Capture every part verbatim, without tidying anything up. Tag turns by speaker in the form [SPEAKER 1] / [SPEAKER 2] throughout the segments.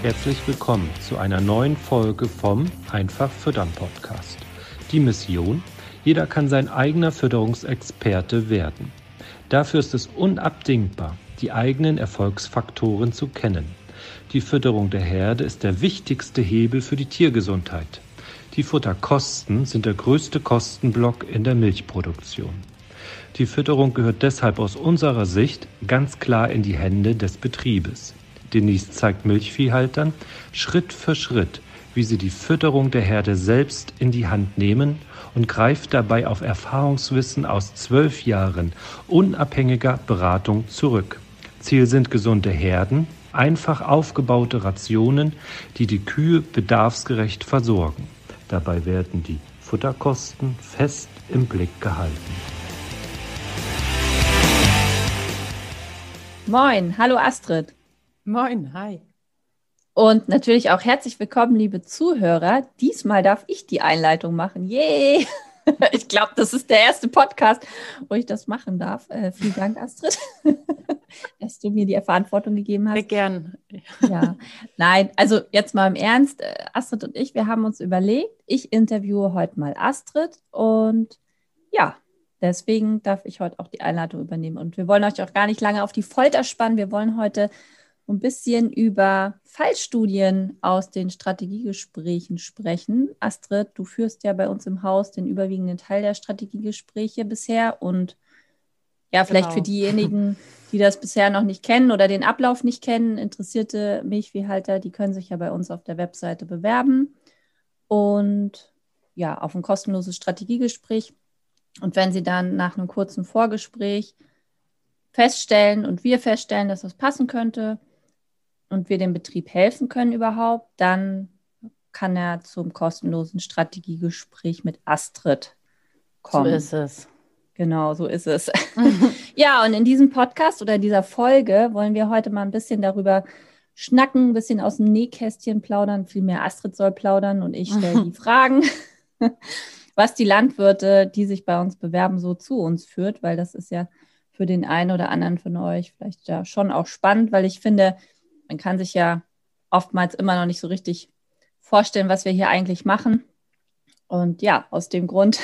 [SPEAKER 1] Herzlich willkommen zu einer neuen Folge vom Einfach Füttern Podcast. Die Mission: Jeder kann sein eigener Fütterungsexperte werden. Dafür ist es unabdingbar, die eigenen Erfolgsfaktoren zu kennen. Die Fütterung der Herde ist der wichtigste Hebel für die Tiergesundheit. Die Futterkosten sind der größte Kostenblock in der Milchproduktion. Die Fütterung gehört deshalb aus unserer Sicht ganz klar in die Hände des Betriebes. Denise zeigt Milchviehhaltern Schritt für Schritt, wie sie die Fütterung der Herde selbst in die Hand nehmen und greift dabei auf Erfahrungswissen aus zwölf Jahren unabhängiger Beratung zurück. Ziel sind gesunde Herden, einfach aufgebaute Rationen, die die Kühe bedarfsgerecht versorgen. Dabei werden die Futterkosten fest im Blick gehalten.
[SPEAKER 2] Moin, hallo Astrid.
[SPEAKER 3] Moin, hi.
[SPEAKER 2] Und natürlich auch herzlich willkommen, liebe Zuhörer. Diesmal darf ich die Einleitung machen. Yay! Ich glaube, das ist der erste Podcast, wo ich das machen darf. Äh, vielen Dank, Astrid, dass du mir die Verantwortung gegeben hast.
[SPEAKER 3] Sehr gern.
[SPEAKER 2] Ja, nein, also jetzt mal im Ernst. Astrid und ich, wir haben uns überlegt, ich interviewe heute mal Astrid und ja, deswegen darf ich heute auch die Einleitung übernehmen. Und wir wollen euch auch gar nicht lange auf die Folter spannen. Wir wollen heute ein bisschen über Fallstudien aus den Strategiegesprächen sprechen. Astrid, du führst ja bei uns im Haus den überwiegenden Teil der Strategiegespräche bisher. Und ja, vielleicht genau. Für diejenigen, die das bisher noch nicht kennen oder den Ablauf nicht kennen, interessierte Milchviehhalter, die können sich ja bei uns auf der Webseite bewerben. Und ja, auf ein kostenloses Strategiegespräch. Und wenn Sie dann nach einem kurzen Vorgespräch feststellen und wir feststellen, dass das passen könnte und wir dem Betrieb helfen können überhaupt, dann kann er zum kostenlosen Strategiegespräch mit Astrid kommen.
[SPEAKER 3] So ist es.
[SPEAKER 2] Genau, so ist es. Ja, und in diesem Podcast oder dieser Folge wollen wir heute mal ein bisschen darüber schnacken, ein bisschen aus dem Nähkästchen plaudern. Vielmehr Astrid soll plaudern und ich stelle die Fragen, was die Landwirte, die sich bei uns bewerben, so zu uns führt, weil das ist ja für den einen oder anderen von euch vielleicht ja schon auch spannend, weil ich finde, man kann sich ja oftmals immer noch nicht so richtig vorstellen, was wir hier eigentlich machen. Und ja, aus dem Grund,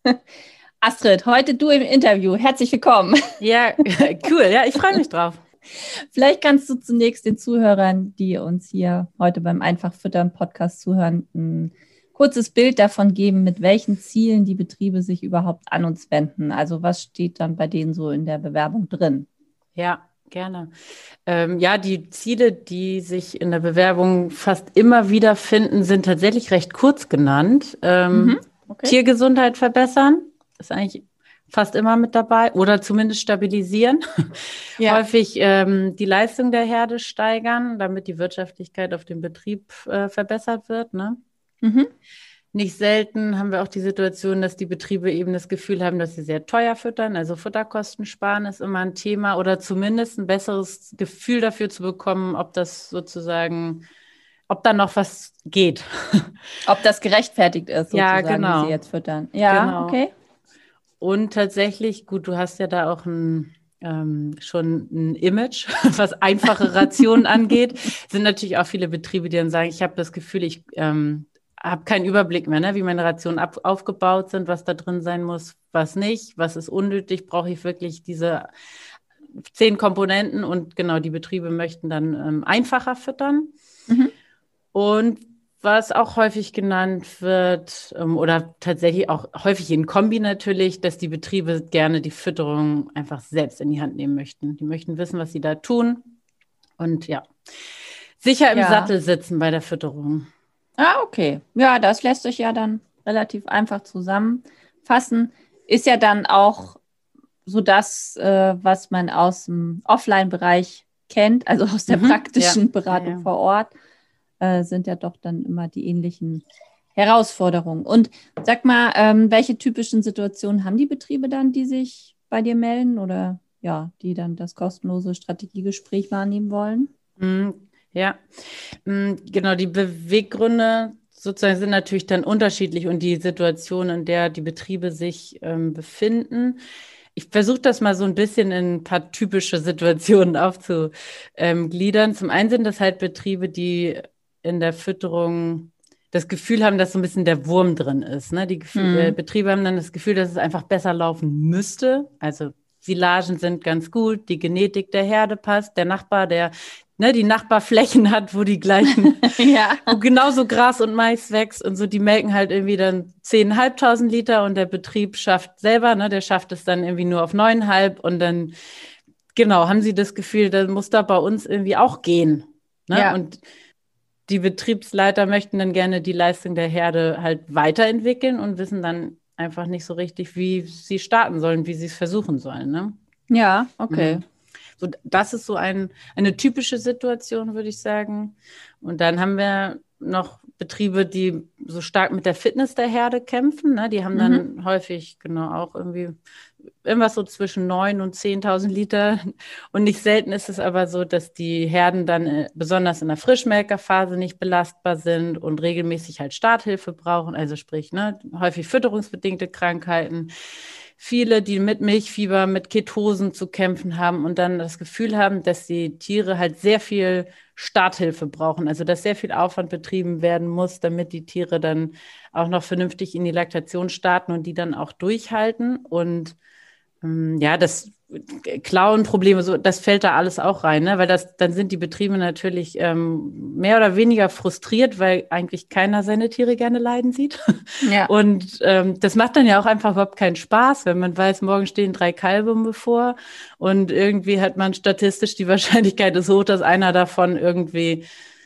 [SPEAKER 2] Astrid, heute du im Interview. Herzlich willkommen.
[SPEAKER 3] Ja, cool. Ja, ich freue mich drauf.
[SPEAKER 2] Vielleicht kannst du zunächst den Zuhörern, die uns hier heute beim Einfach Füttern Podcast zuhören, ein kurzes Bild davon geben, mit welchen Zielen die Betriebe sich überhaupt an uns wenden. Also was steht dann bei denen so in der Bewerbung drin?
[SPEAKER 3] Ja, gerne. Ähm, ja, die Ziele, die sich in der Bewerbung fast immer wieder finden, sind tatsächlich recht kurz genannt. Ähm, mhm, okay. Tiergesundheit verbessern, ist eigentlich fast immer mit dabei, oder zumindest stabilisieren. Ja. Häufig ähm, die Leistung der Herde steigern, damit die Wirtschaftlichkeit auf dem Betrieb äh, verbessert wird, ne? Mhm. Nicht selten haben wir auch die Situation, dass die Betriebe eben das Gefühl haben, dass sie sehr teuer füttern. Also Futterkosten sparen ist immer ein Thema oder zumindest ein besseres Gefühl dafür zu bekommen, ob das sozusagen, ob da noch was geht.
[SPEAKER 2] Ob das gerechtfertigt ist, sozusagen,
[SPEAKER 3] ja, genau.
[SPEAKER 2] Wie sie jetzt füttern. Ja, genau. Okay.
[SPEAKER 3] Und tatsächlich, gut, du hast ja da auch ein Ähm, schon ein Image, was einfache Rationen angeht, sind natürlich auch viele Betriebe, die dann sagen, ich habe das Gefühl, ich ähm, habe keinen Überblick mehr, ne, wie meine Rationen ab- aufgebaut sind, was da drin sein muss, was nicht, was ist unnötig, brauche ich wirklich diese zehn Komponenten und genau, die Betriebe möchten dann ähm, einfacher füttern. Mhm. Und was auch häufig genannt wird ähm, oder tatsächlich auch häufig in Kombi natürlich, dass die Betriebe gerne die Fütterung einfach selbst in die Hand nehmen möchten. Die möchten wissen, was sie da tun und ja, sicher im ja. Sattel sitzen bei der Fütterung.
[SPEAKER 2] Ah, okay. Ja, das lässt sich ja dann relativ einfach zusammenfassen. Ist ja dann auch so das, äh, was man aus dem Offline-Bereich kennt, also aus der mhm. praktischen ja. Beratung ja, ja. vor Ort. Sind ja doch dann immer die ähnlichen Herausforderungen. Und sag mal, ähm, welche typischen Situationen haben die Betriebe dann, die sich bei dir melden oder ja, die dann das kostenlose Strategiegespräch wahrnehmen wollen?
[SPEAKER 3] Mm, ja, mm, genau, die Beweggründe sozusagen sind natürlich dann unterschiedlich und die Situation, in der die Betriebe sich ähm, befinden. ich versuche das mal so ein bisschen in ein paar typische Situationen aufzugliedern. Zum einen sind das halt Betriebe, die in der Fütterung das Gefühl haben, dass so ein bisschen der Wurm drin ist. Ne? Die Gefühl,
[SPEAKER 2] Mhm.
[SPEAKER 3] äh, Betriebe haben dann das Gefühl, dass es einfach besser laufen müsste. Also Silagen sind ganz gut, die Genetik der Herde passt, der Nachbar, der ne, die Nachbarflächen hat, wo die gleichen,
[SPEAKER 2] Ja.
[SPEAKER 3] wo genauso Gras und Mais wächst und so, die melken halt irgendwie dann zehntausendfünfhundert Liter und der Betrieb schafft selber, ne, der schafft es dann irgendwie nur auf neuneinhalb und dann, genau, haben sie das Gefühl, das muss da bei uns irgendwie auch gehen. Ne?
[SPEAKER 2] Ja.
[SPEAKER 3] Und die Betriebsleiter möchten dann gerne die Leistung der Herde halt weiterentwickeln und wissen dann einfach nicht so richtig, wie sie starten sollen, wie sie es versuchen sollen. Ne?
[SPEAKER 2] Ja, okay.
[SPEAKER 3] Mhm. So, das ist so ein, eine typische Situation, würde ich sagen. Und dann haben wir noch Betriebe, die so stark mit der Fitness der Herde kämpfen. Ne? Die haben dann
[SPEAKER 2] Mhm.
[SPEAKER 3] häufig genau auch irgendwie irgendwas so zwischen neun und zehntausend Liter. Und nicht selten ist es aber so, dass die Herden dann äh, besonders in der Frischmelkerphase nicht belastbar sind und regelmäßig halt Starthilfe brauchen. Also sprich, ne, häufig fütterungsbedingte Krankheiten. Viele, die mit Milchfieber, mit Ketosen zu kämpfen haben und dann das Gefühl haben, dass die Tiere halt sehr viel Starthilfe brauchen. Also dass sehr viel Aufwand betrieben werden muss, damit die Tiere dann auch noch vernünftig in die Laktation starten und die dann auch durchhalten. Und ähm, ja, das Klauenprobleme, so, das fällt da alles auch rein, ne? Weil das, dann sind die Betriebe natürlich ähm, mehr oder weniger frustriert, weil eigentlich keiner seine Tiere gerne leiden sieht.
[SPEAKER 2] Ja.
[SPEAKER 3] Und ähm, das macht dann ja auch einfach überhaupt keinen Spaß, wenn man weiß, morgen stehen drei Kalbe bevor und irgendwie hat man statistisch die Wahrscheinlichkeit ist hoch, dass einer davon irgendwie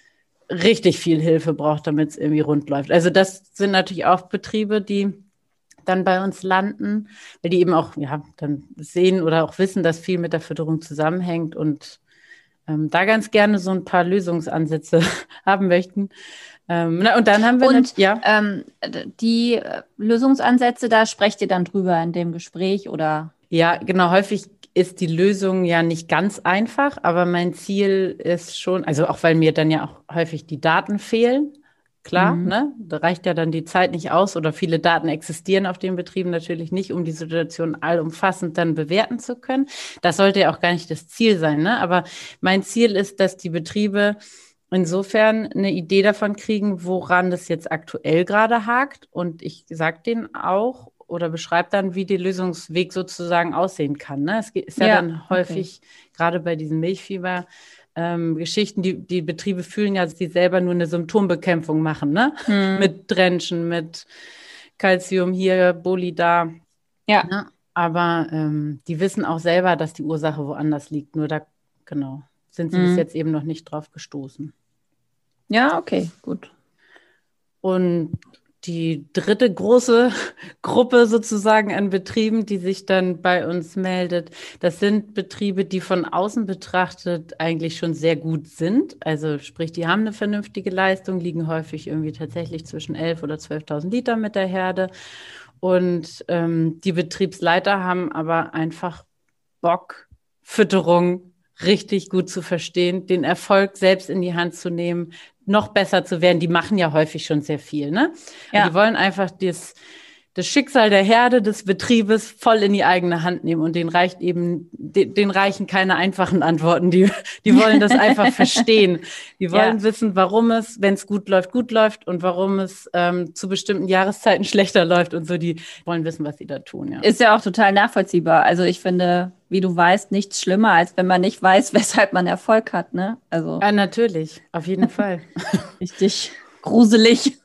[SPEAKER 3] richtig viel Hilfe braucht, damit es irgendwie rund läuft. Also das sind natürlich auch Betriebe, die dann bei uns landen, weil die eben auch ja dann sehen oder auch wissen, dass viel mit der Fütterung zusammenhängt und ähm, da ganz gerne so ein paar Lösungsansätze haben möchten. Ähm, na, und dann haben wir
[SPEAKER 2] Und
[SPEAKER 3] nicht, ja.
[SPEAKER 2] ähm, d- die äh, Lösungsansätze, da sprecht ihr dann drüber in dem Gespräch oder?
[SPEAKER 3] Ja, genau, häufig ist die Lösung ja nicht ganz einfach, aber mein Ziel ist schon, also auch weil mir dann ja auch häufig die Daten fehlen, klar,
[SPEAKER 2] Mhm.
[SPEAKER 3] ne? Da reicht ja dann die Zeit nicht aus oder viele Daten existieren auf den Betrieben natürlich nicht, um die Situation allumfassend dann bewerten zu können. Das sollte ja auch gar nicht das Ziel sein, ne? Aber mein Ziel ist, dass die Betriebe insofern eine Idee davon kriegen, woran das jetzt aktuell gerade hakt. Und ich sage denen auch oder beschreibe dann, wie der Lösungsweg sozusagen aussehen kann. Ne? Es ist ja,
[SPEAKER 2] Ja,
[SPEAKER 3] dann häufig, gerade bei diesen Milchfieber, ähm, Geschichten, die, die Betriebe fühlen ja, dass sie selber nur eine Symptombekämpfung machen, ne?
[SPEAKER 2] Mhm.
[SPEAKER 3] Mit Drenchen, mit Calcium hier, Boli da.
[SPEAKER 2] Ja.
[SPEAKER 3] Ne? Aber ähm, die wissen auch selber, dass die Ursache woanders liegt. Nur da, genau, sind sie bis
[SPEAKER 2] Mhm.
[SPEAKER 3] jetzt eben noch nicht drauf gestoßen.
[SPEAKER 2] Ja, okay, gut.
[SPEAKER 3] Und die dritte große Gruppe sozusagen an Betrieben, die sich dann bei uns meldet, das sind Betriebe, die von außen betrachtet eigentlich schon sehr gut sind. Also sprich, die haben eine vernünftige Leistung, liegen häufig irgendwie tatsächlich zwischen elftausend oder zwölftausend Liter mit der Herde. Und ähm, die Betriebsleiter haben aber einfach Bock, Fütterung richtig gut zu verstehen, den Erfolg selbst in die Hand zu nehmen, noch besser zu werden. Die machen ja häufig schon sehr viel, ne?
[SPEAKER 2] Ja.
[SPEAKER 3] Die wollen einfach das, das Schicksal der Herde, des Betriebes voll in die eigene Hand nehmen und denen reicht eben, den, denen reichen keine einfachen Antworten. Die, die wollen das einfach verstehen. Die wollen
[SPEAKER 2] Ja.
[SPEAKER 3] wissen, warum es, wenn es gut läuft, gut läuft und warum es ähm, zu bestimmten Jahreszeiten schlechter läuft und so. Die wollen wissen, was sie da tun, ja.
[SPEAKER 2] Ist ja auch total nachvollziehbar. Also ich finde, wie du weißt, nichts schlimmer, als wenn man nicht weiß, weshalb man Erfolg hat, ne? Also
[SPEAKER 3] Ja, natürlich, auf jeden Fall.
[SPEAKER 2] richtig gruselig.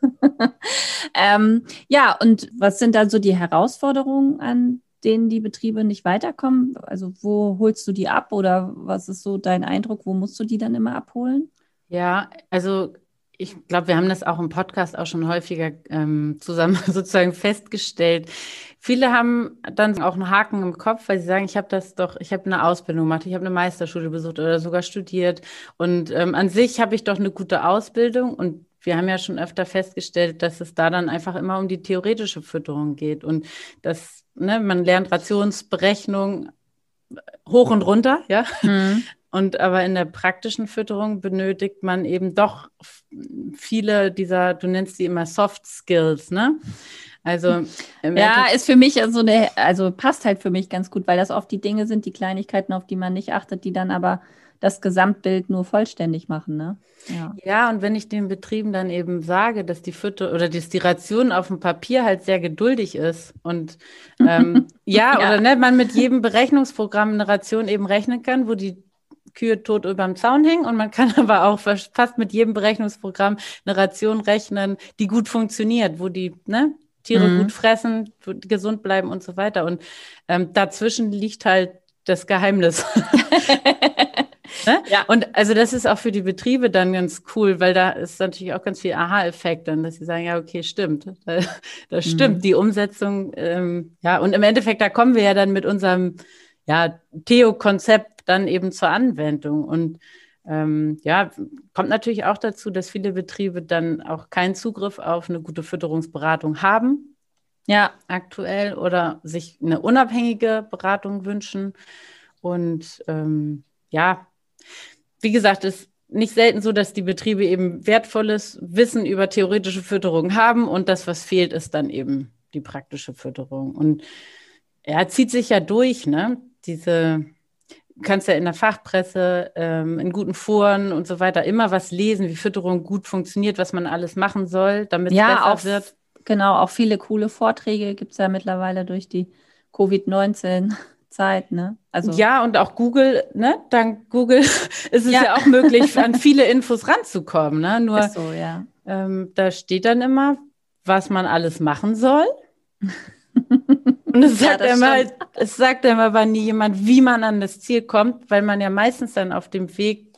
[SPEAKER 2] ähm, ja, und was sind dann so die Herausforderungen, an denen die Betriebe nicht weiterkommen? Also wo holst du die ab oder was ist so dein Eindruck? Wo musst du die dann immer abholen?
[SPEAKER 3] Ja, also ich glaube, wir haben das auch im Podcast auch schon häufiger ähm, zusammen sozusagen festgestellt. Viele haben dann auch einen Haken im Kopf, weil sie sagen, ich habe das doch, ich habe eine Ausbildung gemacht, ich habe eine Meisterschule besucht oder sogar studiert. Und ähm, an sich habe ich doch eine gute Ausbildung. Und wir haben ja schon öfter festgestellt, dass es da dann einfach immer um die theoretische Fütterung geht. Und das, ne, man lernt Rationsberechnung hoch und runter, ja.
[SPEAKER 2] Mhm.
[SPEAKER 3] Und aber in der praktischen Fütterung benötigt man eben doch viele dieser, du nennst die immer Soft Skills, ne? Also im
[SPEAKER 2] Ja,
[SPEAKER 3] Endeffekt-
[SPEAKER 2] ist für mich so eine, also passt halt für mich ganz gut, weil das oft die Dinge sind, die Kleinigkeiten, auf die man nicht achtet, die dann aber das Gesamtbild nur vollständig machen, ne? Ja.
[SPEAKER 3] Ja, und wenn ich den Betrieben dann eben sage, dass die Fütter oder dass die Ration auf dem Papier halt sehr geduldig ist und ähm, ja,
[SPEAKER 2] Ja.
[SPEAKER 3] oder ne, man mit jedem Berechnungsprogramm eine Ration eben rechnen kann, wo die Kühe tot überm Zaun hängen und man kann aber auch fast mit jedem Berechnungsprogramm eine Ration rechnen, die gut funktioniert, wo die ne, Tiere
[SPEAKER 2] Mhm.
[SPEAKER 3] gut fressen, wo die gesund bleiben und so weiter. Und ähm, dazwischen liegt halt das Geheimnis. Ne?
[SPEAKER 2] Ja.
[SPEAKER 3] Und also das ist auch für die Betriebe dann ganz cool, weil da ist natürlich auch ganz viel Aha-Effekt dann, dass sie sagen, ja, okay, stimmt. Das, das stimmt,
[SPEAKER 2] Mhm.
[SPEAKER 3] die Umsetzung, ähm, ja, und im Endeffekt, da kommen wir ja dann mit unserem ja, Theo-Konzept dann eben zur Anwendung. Und ähm, ja, kommt natürlich auch dazu, dass viele Betriebe dann auch keinen Zugriff auf eine gute Fütterungsberatung haben
[SPEAKER 2] Ja,
[SPEAKER 3] aktuell oder sich eine unabhängige Beratung wünschen. Und ähm, ja, wie gesagt, es ist nicht selten so, dass die Betriebe eben wertvolles Wissen über theoretische Fütterung haben und das, was fehlt, ist dann eben die praktische Fütterung. Und er zieht sich ja durch, ne? Diese, du kannst ja in der Fachpresse, ähm, in guten Foren und so weiter immer was lesen, wie Fütterung gut funktioniert, was man alles machen soll, damit es
[SPEAKER 2] ja,
[SPEAKER 3] besser
[SPEAKER 2] auch,
[SPEAKER 3] wird.
[SPEAKER 2] genau, auch viele coole Vorträge gibt es ja mittlerweile durch die Covid neunzehn Zeit, ne? Also,
[SPEAKER 3] Ja, und auch Google, ne? Dank Google ist es
[SPEAKER 2] Ja.
[SPEAKER 3] ja auch möglich, an viele Infos ranzukommen, ne? Nur
[SPEAKER 2] ist so, ja.
[SPEAKER 3] ähm, da steht dann immer, was man alles machen soll. Und es
[SPEAKER 2] Ja,
[SPEAKER 3] sagt
[SPEAKER 2] das
[SPEAKER 3] immer
[SPEAKER 2] stimmt.
[SPEAKER 3] halt, es sagt immer aber nie jemand, wie man an das Ziel kommt, weil man ja meistens dann auf dem Weg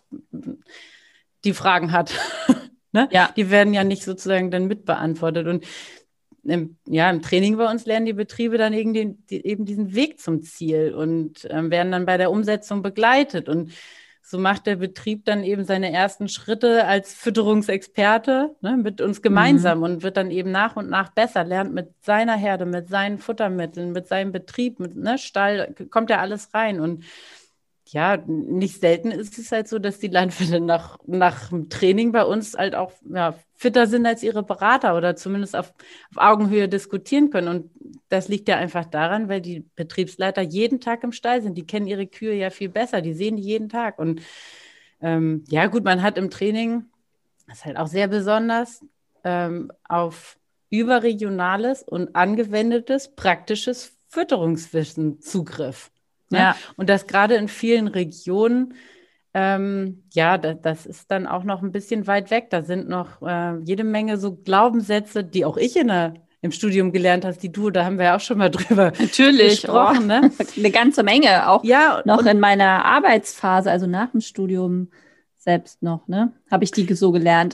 [SPEAKER 3] die Fragen hat. Ne?
[SPEAKER 2] Ja.
[SPEAKER 3] Die werden ja nicht sozusagen dann mitbeantwortet. Und im, ja, im Training bei uns lernen die Betriebe dann irgendwie, die, eben diesen Weg zum Ziel und ähm, werden dann bei der Umsetzung begleitet. Und so macht der Betrieb dann eben seine ersten Schritte als Fütterungsexperte, ne, mit uns gemeinsam
[SPEAKER 2] Mhm.
[SPEAKER 3] und wird dann eben nach und nach besser, lernt mit seiner Herde, mit seinen Futtermitteln, mit seinem Betrieb, mit ne, Stall, kommt ja alles rein. Und ja, nicht selten ist es halt so, dass die Landwirte nach, nach dem Training bei uns halt auch ja, fitter sind als ihre Berater oder zumindest auf, auf Augenhöhe diskutieren können. Und das liegt ja einfach daran, weil die Betriebsleiter jeden Tag im Stall sind. Die kennen ihre Kühe ja viel besser, die sehen die jeden Tag. Und ähm, ja, gut, man hat im Training, das ist halt auch sehr besonders, ähm, auf überregionales und angewendetes, praktisches Fütterungswissen Zugriff. Ne?
[SPEAKER 2] Ja.
[SPEAKER 3] Und das gerade in vielen Regionen, ähm, ja, da, das ist dann auch noch ein bisschen weit weg. Da sind noch äh, jede Menge so Glaubenssätze, die auch ich in der, im Studium gelernt habe, die du, da haben wir ja auch schon mal drüber
[SPEAKER 2] Natürlich,
[SPEAKER 3] gesprochen.
[SPEAKER 2] oh,
[SPEAKER 3] Ne?
[SPEAKER 2] eine ganze Menge, auch
[SPEAKER 3] Ja,
[SPEAKER 2] noch
[SPEAKER 3] und,
[SPEAKER 2] in meiner Arbeitsphase, also nach dem Studium selbst noch, ne? Habe ich die so gelernt.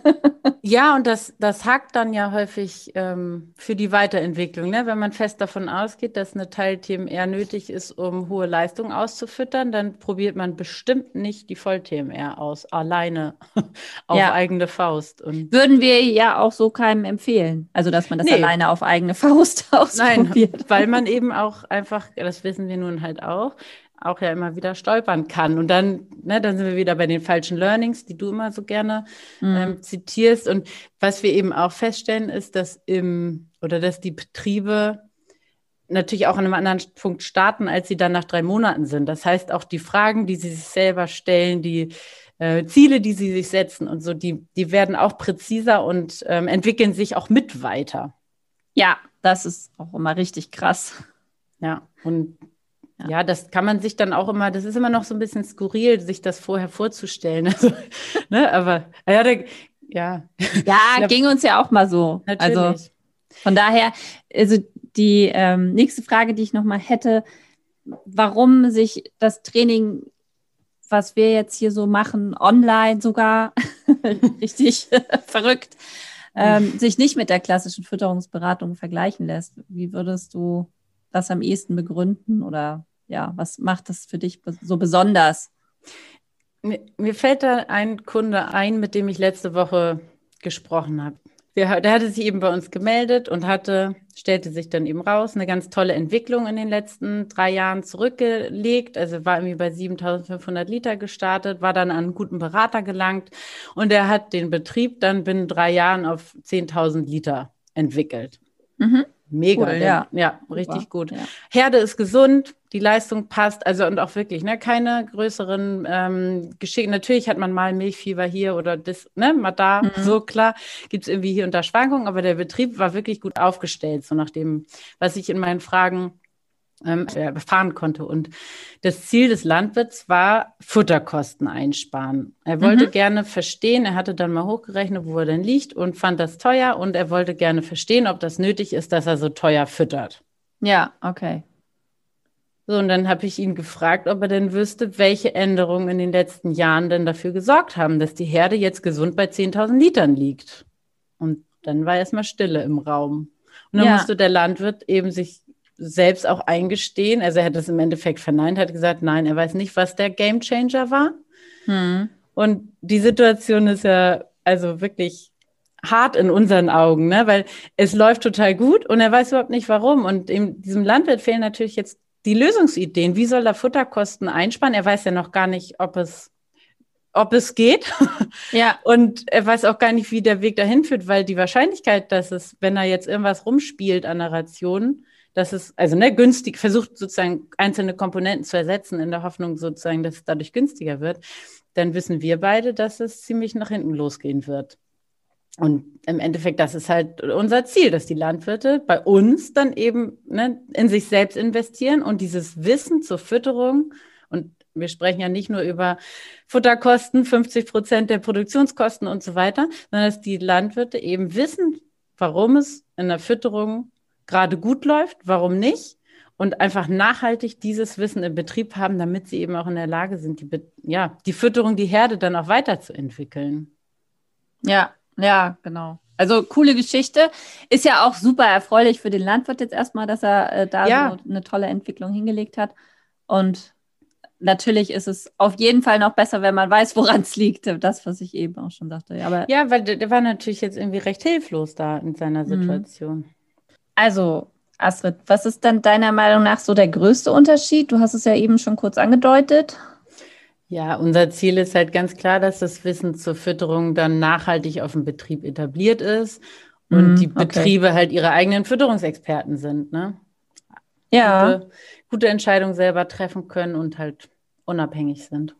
[SPEAKER 3] ja, und das, das hakt dann ja häufig ähm, für die Weiterentwicklung, ne? Wenn man fest davon ausgeht, dass eine Teil-T M R nötig ist, um hohe Leistung auszufüttern, dann probiert man bestimmt nicht die Voll-T M R aus, alleine auf
[SPEAKER 2] Ja.
[SPEAKER 3] eigene Faust. Und
[SPEAKER 2] Würden wir ja auch so keinem empfehlen. Also, dass man das
[SPEAKER 3] Nee.
[SPEAKER 2] alleine auf eigene Faust
[SPEAKER 3] Nein,
[SPEAKER 2] ausprobiert.
[SPEAKER 3] weil man eben auch einfach, das wissen wir nun halt auch, auch ja immer wieder stolpern kann. Und dann, ne, dann sind wir wieder bei den falschen Learnings, die du immer so gerne
[SPEAKER 2] Mhm.
[SPEAKER 3] ähm, zitierst. Und was wir eben auch feststellen, ist, dass im oder dass die Betriebe natürlich auch an einem anderen Punkt starten, als sie dann nach drei Monaten sind. Das heißt, auch die Fragen, die sie sich selber stellen, die äh, Ziele, die sie sich setzen und so, die, die werden auch präziser und ähm, entwickeln sich auch mit weiter.
[SPEAKER 2] Ja, das ist auch immer richtig krass.
[SPEAKER 3] Ja, und
[SPEAKER 2] Ja.
[SPEAKER 3] ja. das kann man sich dann auch immer, das ist immer noch so ein bisschen skurril, sich das vorher vorzustellen. Also, ne, aber ja, da, ja,
[SPEAKER 2] Ja,
[SPEAKER 3] Ja.
[SPEAKER 2] ging uns ja auch mal so.
[SPEAKER 3] natürlich.
[SPEAKER 2] Also von daher, also die ähm, nächste Frage, die ich nochmal hätte, warum sich das Training, was wir jetzt hier so machen, online sogar, richtig verrückt, ähm, sich nicht mit der klassischen Fütterungsberatung vergleichen lässt. Wie würdest du das am ehesten begründen oder ja, was macht das für dich so besonders?
[SPEAKER 3] Mir, mir fällt da ein Kunde ein, mit dem ich letzte Woche gesprochen habe. Der, der hatte sich eben bei uns gemeldet und hatte, stellte sich dann eben raus, eine ganz tolle Entwicklung in den letzten drei Jahren zurückgelegt. Also war irgendwie bei siebentausendfünfhundert Liter gestartet, war dann an einen guten Berater gelangt und er hat den Betrieb dann binnen drei Jahren auf zehntausend Liter entwickelt.
[SPEAKER 2] Mhm.
[SPEAKER 3] Mega,
[SPEAKER 2] Cool,
[SPEAKER 3] denn,
[SPEAKER 2] ja.
[SPEAKER 3] ja,
[SPEAKER 2] Super,
[SPEAKER 3] richtig gut.
[SPEAKER 2] ja.
[SPEAKER 3] Herde ist gesund, die Leistung passt, also und auch wirklich, ne, keine größeren ähm, Geschicke. Natürlich hat man mal Milchfieber hier oder das, ne, mal da,
[SPEAKER 2] Mhm.
[SPEAKER 3] so klar, gibt es irgendwie hier und da Schwankungen, aber der Betrieb war wirklich gut aufgestellt, so nach dem, was ich in meinen Fragen ähm, erfahren konnte. Und das Ziel des Landwirts war, Futterkosten einsparen. Er wollte
[SPEAKER 2] Mhm.
[SPEAKER 3] gerne verstehen, er hatte dann mal hochgerechnet, wo er denn liegt und fand das teuer und er wollte gerne verstehen, ob das nötig ist, dass er so teuer füttert.
[SPEAKER 2] Ja, okay.
[SPEAKER 3] So, und dann habe ich ihn gefragt, ob er denn wüsste, welche Änderungen in den letzten Jahren denn dafür gesorgt haben, dass die Herde jetzt gesund bei zehntausend Litern liegt. Und dann war erstmal Stille im Raum. Und dann
[SPEAKER 2] Ja.
[SPEAKER 3] musste der Landwirt eben sich selbst auch eingestehen, also er hat es im Endeffekt verneint, hat gesagt, nein, er weiß nicht, was der Gamechanger war.
[SPEAKER 2] Mhm.
[SPEAKER 3] Und die Situation ist ja also wirklich hart in unseren Augen, ne? Weil es läuft total gut und er weiß überhaupt nicht, warum. Und in diesem Landwirt fehlen natürlich jetzt die Lösungsideen. Wie soll er Futterkosten einsparen? Er weiß ja noch gar nicht, ob es, ob es geht.
[SPEAKER 2] Ja.
[SPEAKER 3] Und er weiß auch gar nicht, wie der Weg dahin führt, weil die Wahrscheinlichkeit, dass es, wenn er jetzt irgendwas rumspielt an der Ration, dass es, also ne, günstig, versucht sozusagen einzelne Komponenten zu ersetzen, in der Hoffnung sozusagen, dass es dadurch günstiger wird, dann wissen wir beide, dass es ziemlich nach hinten losgehen wird. Und im Endeffekt, das ist halt unser Ziel, dass die Landwirte bei uns dann eben ne, in sich selbst investieren und dieses Wissen zur Fütterung, und wir sprechen ja nicht nur über Futterkosten, fünfzig Prozent der Produktionskosten und so weiter, sondern dass die Landwirte eben wissen, warum es in der Fütterung gerade gut läuft, warum nicht, und einfach nachhaltig dieses Wissen im Betrieb haben, damit sie eben auch in der Lage sind, die, ja, die Fütterung, die Herde dann auch weiterzuentwickeln.
[SPEAKER 2] Ja, ja, genau. Also coole Geschichte. Ist ja auch super erfreulich für den Landwirt jetzt erstmal, dass er äh, da
[SPEAKER 3] Ja.
[SPEAKER 2] so eine tolle Entwicklung hingelegt hat. Und natürlich ist es auf jeden Fall noch besser, wenn man weiß, woran es liegt. Das, was ich eben auch schon sagte. Ja, aber
[SPEAKER 3] Ja, weil der, der war natürlich jetzt irgendwie recht hilflos da in seiner Situation.
[SPEAKER 2] also, Astrid, was ist denn deiner Meinung nach so der größte Unterschied? Du hast es ja eben schon kurz angedeutet.
[SPEAKER 3] Ja, unser Ziel ist halt ganz klar, dass das Wissen zur Fütterung dann nachhaltig auf dem Betrieb etabliert ist und
[SPEAKER 2] Mm,
[SPEAKER 3] die
[SPEAKER 2] okay.
[SPEAKER 3] Betriebe halt ihre eigenen Fütterungsexperten sind, ne?
[SPEAKER 2] Ja,
[SPEAKER 3] Gute, gute Entscheidungen selber treffen können und halt unabhängig sind.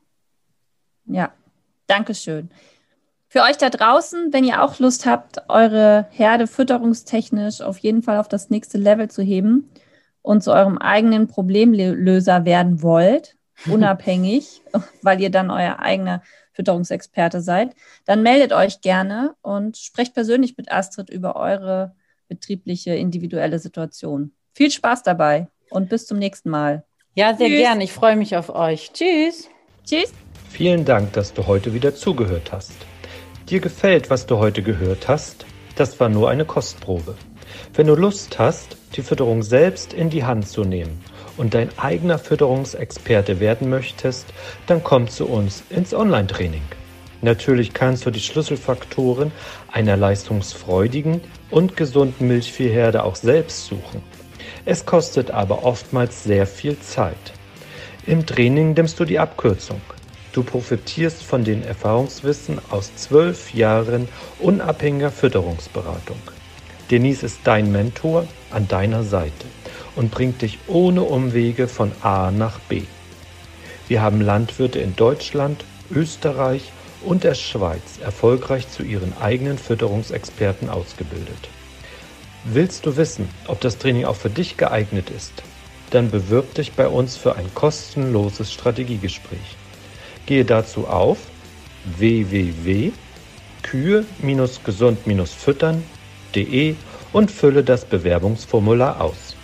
[SPEAKER 2] ja. Dankeschön. Für euch da draußen, wenn ihr auch Lust habt, eure Herde fütterungstechnisch auf jeden Fall auf das nächste Level zu heben und zu eurem eigenen Problemlöser werden wollt, unabhängig, weil ihr dann euer eigener Fütterungsexperte seid, dann meldet euch gerne und sprecht persönlich mit Astrid über eure betriebliche, individuelle Situation. Viel Spaß dabei und bis zum nächsten Mal.
[SPEAKER 3] Ja, sehr
[SPEAKER 2] Tschüss.
[SPEAKER 3] gern. Ich freue mich auf euch. Tschüss.
[SPEAKER 2] Tschüss.
[SPEAKER 1] Vielen Dank, dass du heute wieder zugehört hast. Dir gefällt, was du heute gehört hast? Das war nur eine Kostprobe. Wenn du Lust hast, die Fütterung selbst in die Hand zu nehmen und dein eigener Fütterungsexperte werden möchtest, dann komm zu uns ins Online-Training. Natürlich kannst du die Schlüsselfaktoren einer leistungsfreudigen und gesunden Milchviehherde auch selbst suchen. Es kostet aber oftmals sehr viel Zeit. Im Training nimmst du die Abkürzung. Du profitierst von den Erfahrungswissen aus zwölf Jahren unabhängiger Fütterungsberatung. Denise ist dein Mentor an deiner Seite und bringt dich ohne Umwege von A nach B. Wir haben Landwirte in Deutschland, Österreich und der Schweiz erfolgreich zu ihren eigenen Fütterungsexperten ausgebildet. Willst du wissen, ob das Training auch für dich geeignet ist? Dann bewirb dich bei uns für ein kostenloses Strategiegespräch. Gehe dazu auf w w w punkt kühe gesund füttern punkt de und fülle das Bewerbungsformular aus.